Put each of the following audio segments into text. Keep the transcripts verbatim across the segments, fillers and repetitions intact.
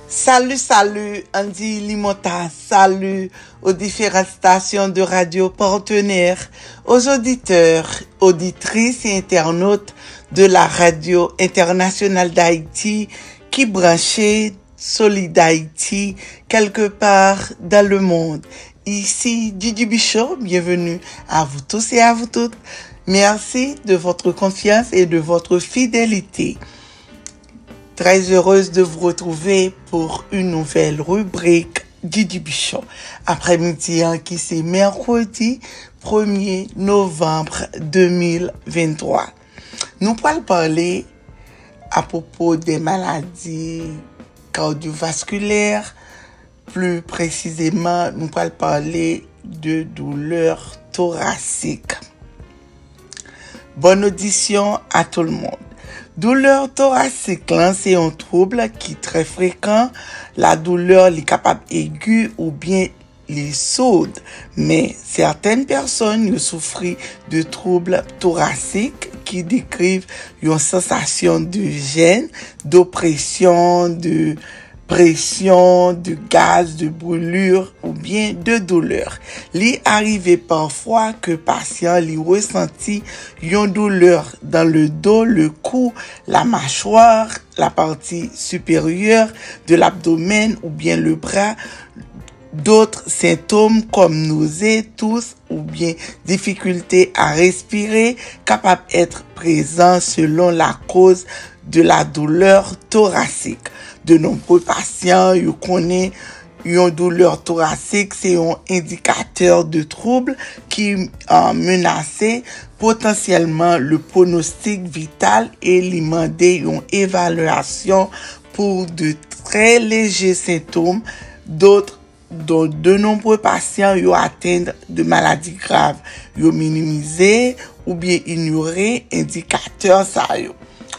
Salut, salut, Andy Limota, salut aux différentes stations de radio partenaires, aux auditeurs, auditrices et internautes de la radio internationale d'Haïti qui branchait Solid Haïti quelque part dans le monde. Ici, Didi Bichot, bienvenue à vous tous et à vous toutes. Merci de votre confiance et de votre fidélité. Très heureuse de vous retrouver pour une nouvelle rubrique Didi Bichot. Après-midi, hein, qui c'est mercredi premier novembre deux mille vingt-trois. Nous allons parler à propos des maladies cardiovasculaires. Plus précisément, nous allons parler de douleurs thoraciques. Bonne audition à tout le monde. Douleur thoracique, c'est un trouble qui est très fréquent. La douleur est capable aiguë ou bien les sourde. Mais certaines personnes souffrent de troubles thoraciques qui décrivent une sensation de gêne, d'oppression, de pression, de gaz, de brûlure ou bien de douleur. Il arrive parfois que patient li ressenti une douleur dans le dos, le cou, la mâchoire, la partie supérieure de l'abdomen ou bien le bras. D'autres symptômes comme nausées, toux ou bien difficulté à respirer capable d'être présents selon la cause de la douleur thoracique. De nombreux patients ils connaissent une douleur thoracique, c'est un indicateur de trouble qui euh, menace potentiellement le pronostic vital et lui demander une évaluation pour de très légers symptômes. D'autres dont de nombreux patients ils atteignent de maladies graves, ils minimisé ou bien ignoré indicateur ça yo.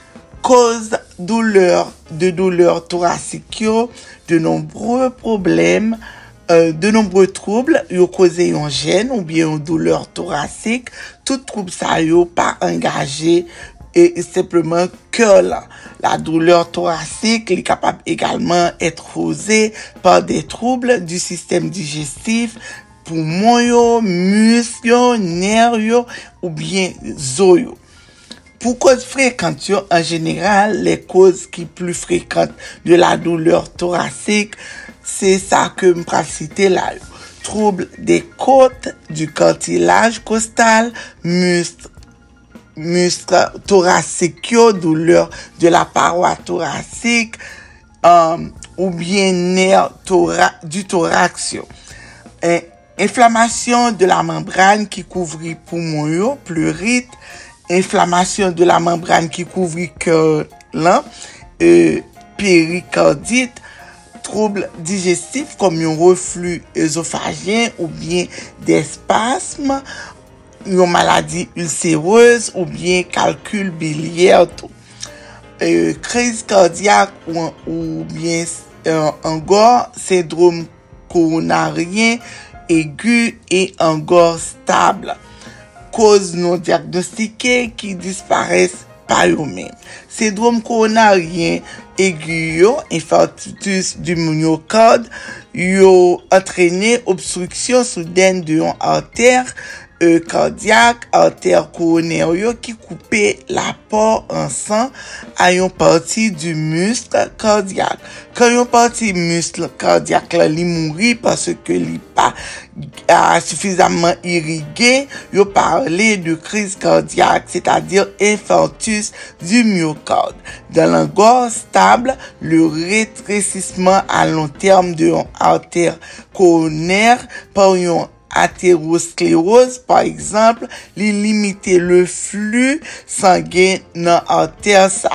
Cause douleur de douleur thoracique, de nombreux problèmes, euh, de nombreux troubles, yo causé une gêne ou bien une douleur thoracique. Tout trouble ça yo pas engagé et simplement que la, la douleur thoracique est capable également être causée par des troubles du système digestif, poumons yo, muscles, nerfs yo, ou bien os yo. Pour cause fréquente, en général, les causes qui plus fréquentes de la douleur thoracique, c'est ça que me citer là. Troubles des côtes, du cartilage costal, muscles, muscles thoraciques, douleur de la paroi thoracique, euh, ou bien nerf thora, du thorax. Et, inflammation de la membrane qui couvre poumon, pleurite, inflammation de la membrane qui couvre cœur, euh, péricardite, troubles digestifs comme un reflux œsophagien ou bien des spasmes, une maladie ulcéreuse ou bien calcul biliaire, euh, crise cardiaque ou, ou bien euh, encore syndrome coronarien aigu et encore stable. Causes non diagnostiquées qui disparaissent par eux-mêmes. Syndrome coronarien aigu, infarctus du myocarde, yo entraîné obstruction soudaine de l'artère euh, cardiaque, artère coronaire yo, qui coupait l'apport en sang à une partie du muscle cardiaque. Quand une partie muscle cardiaque là, li mourit parce que li pas a suffisamment irrigué, yo parlé de crise cardiaque, c'est-à-dire infarctus du myocarde. Dans l'angor stable, le rétrécissement à long terme de l'artère coronaire par une athérosclérose, par exemple, li limiter le flux sanguin dans l'artère ça.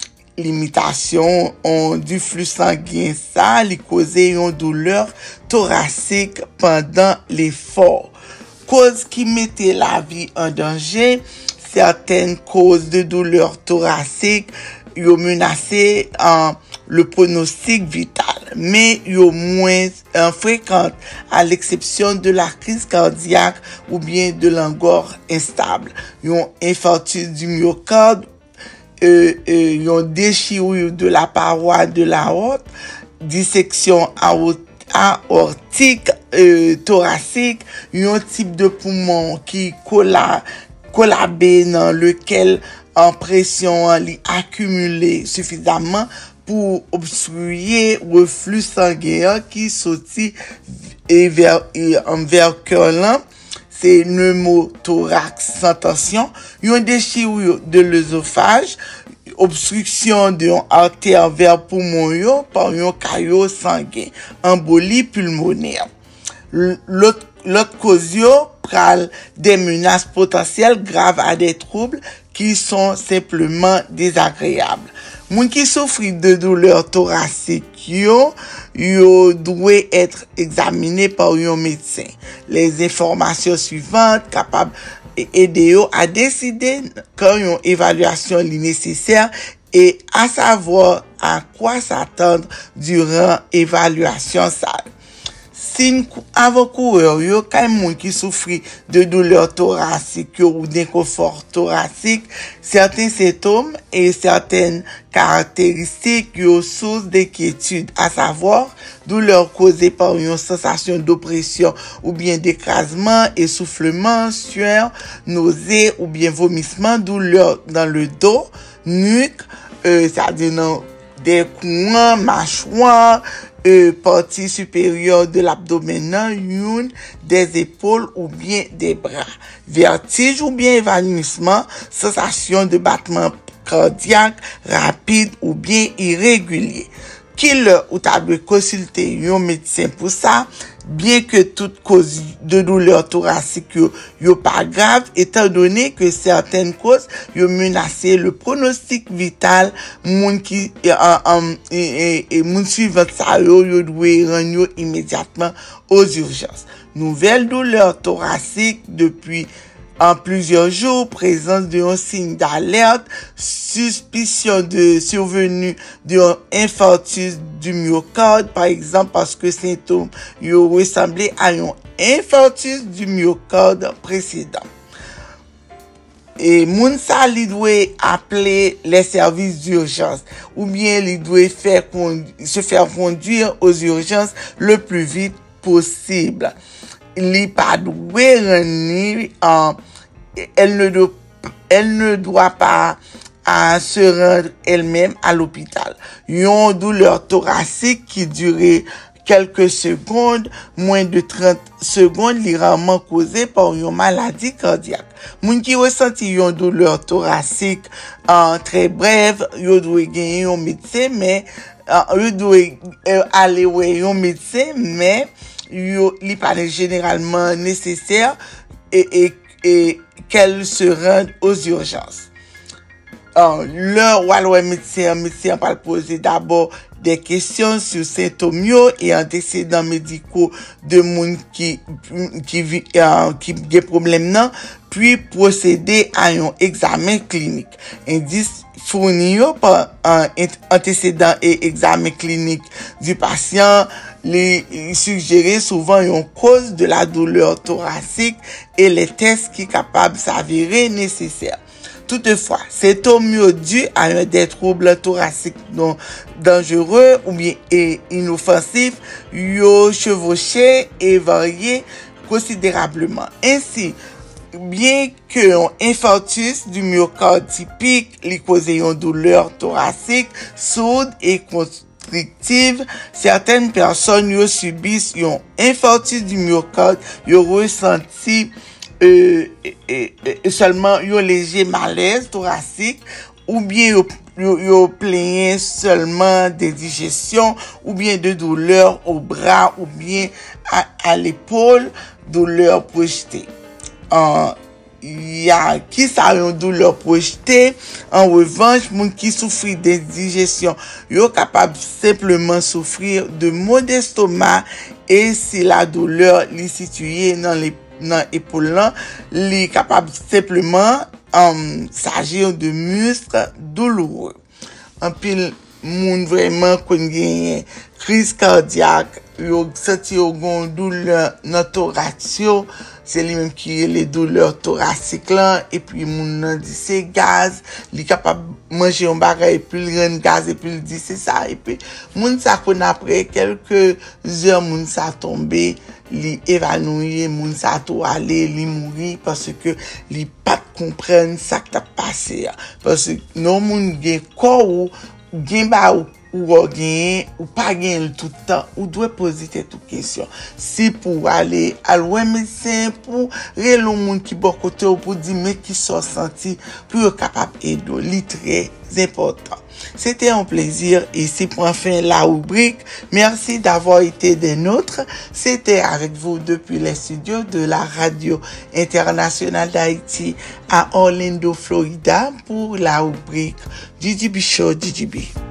Limitation on, du flux sanguin ça, li causer une douleur thoracique pendant l'effort. Cause qui mettait la vie en danger, certaines causes de douleur thoracique yo menacé en le pronostic vital, mais yo moins euh, fréquente à l'exception de la crise cardiaque ou bien de l'angor instable. Yon infarctus du myocarde, euh, euh, yon déchirure de la paroi de l'aorte, dissection aortique euh, thoracique, un type de poumon qui colla, collabé dans lequel en pression li accumulé suffisamment pour obstruer le flux sanguin qui sortit et vers et envers cœur là. C'est pneumothorax sans tension, une déchirure de l'œsophage, obstruction de l'artère vers poumon par un caillot sanguin, embolie pulmonaire. L'autre l'autre cause pral des menaces potentielles graves à des troubles qui sont simplement désagréables. Moun qui souffre de douleurs thoraciques, yo, yo doit être examiné par un médecin. Les informations suivantes capables aider yo à décider quand une évaluation est nécessaire et à savoir à quoi s'attendre durant évaluation ça. Si avant-coureur yo kay moun qui souffre de douleurs thoraciques ou d'inconfort thoracique, certains symptômes et certaines caractéristiques yo source d'inquiétude, à savoir douleur causée par une sensation d'oppression ou bien d'écrasement, essoufflement, sueur, nausée ou bien vomissement, douleur dans le dos, nuque, euh, c'est-à-dire dans des coins, mâchoire, Euh, partie supérieure de l'abdomen, une des épaules ou bien des bras, vertige ou bien évanouissement, sensation de battement cardiaque rapide ou bien irrégulier. Qu'il ou t'as dû consulter un médecin pour ça, bien que toute cause de douleur thoracique yo, yo pas grave, étant donné que certaines causes yo menacé le pronostic vital, moun qui et et et moun suivant ça yo yo doit rendre immédiatement aux urgences. Nouvelle douleur thoracique depuis en plusieurs jours, présence d'un signe d'alerte, suspicion de survenue d'un infarctus du myocarde, par exemple, parce que symptômes yo ressemblé à un infarctus du myocarde précédent. Et moun sa li doit appeler les services d'urgence ou bien li doit faire se faire conduire aux urgences le plus vite possible. Li pas doué reni en elle ne doit elle ne doit pas à se rendre elle-même à l'hôpital. Une douleur thoracique qui durait quelques secondes, moins de trente secondes, li rarement causée par une maladie cardiaque. Moun qui ressentit une douleur thoracique en très brève, yo doit gagner un médecin, mais yo doit aller ouais un médecin, mais yo li pas généralement nécessaire et et et qu'elle se rende aux urgences. Euh, le walou médecin, médecin va poser d'abord des questions sur symptômes et antécédents médicaux de monde qui qui vit euh, qui a des problèmes non, puis procéder à un examen clinique. Indice fourni par un antécédent et examen clinique du patient, les suggérer souvent une cause de la douleur thoracique et les tests qui capables s'avérer nécessaires. Toutefois, c'est au mieux dû à un des troubles thoraciques non dangereux ou bien et inoffensifs, yo chevauché et varié considérablement. Ainsi, bien qu'un infarctus du myocarde typique lui cause une douleur thoracique sourde et constrictive, certaines personnes yo subissent un infarctus du myocarde, yo ressenti Euh, et, et, et seulement un léger malaise thoracique ou bien yo, yo, yo plaignent seulement des digestions ou bien de douleurs au bras ou bien à, à l'épaule, douleur projetée. Euh, il y a qui ça une douleur projetée. En revanche, moun qui souffre des digestions, yo capable simplement souffrir de maux d'estomac et si la douleur est située dans les dans épaule là, li capable simplement um, s'agir de muscles douloureux. En pile moun vraiment qu'on gagne crise cardiaque, yo senti yo gon douleur dans thorax, c'est lui même qui les douleurs thoraciques là et puis moun nan dit c'est gaz, li capable manger un bagage, et puis il rend gaz, et puis il dit c'est ça, et puis, moun sa kon après quelques heures, moun sa tombé, li évanoui, moun sa to aller, li mouri, parce que li pas comprendre ça qui t'a passé, parce que non moun gen corps ou, gen ba ou, ou gen, ou pas gen tout le temps, ou doit poser toute question. Si pour aller à loin médecin, pour relo moun qui bon côté, ou pour dire mais qui sont senti, pour être capable d'aider, li très important. C'était un plaisir et c'est pour fin la rubrique. Merci d'avoir été des nôtres. C'était avec vous depuis les studios de la Radio Internationale d'Haïti à Orlando, Florida pour la rubrique D J B Show D J B.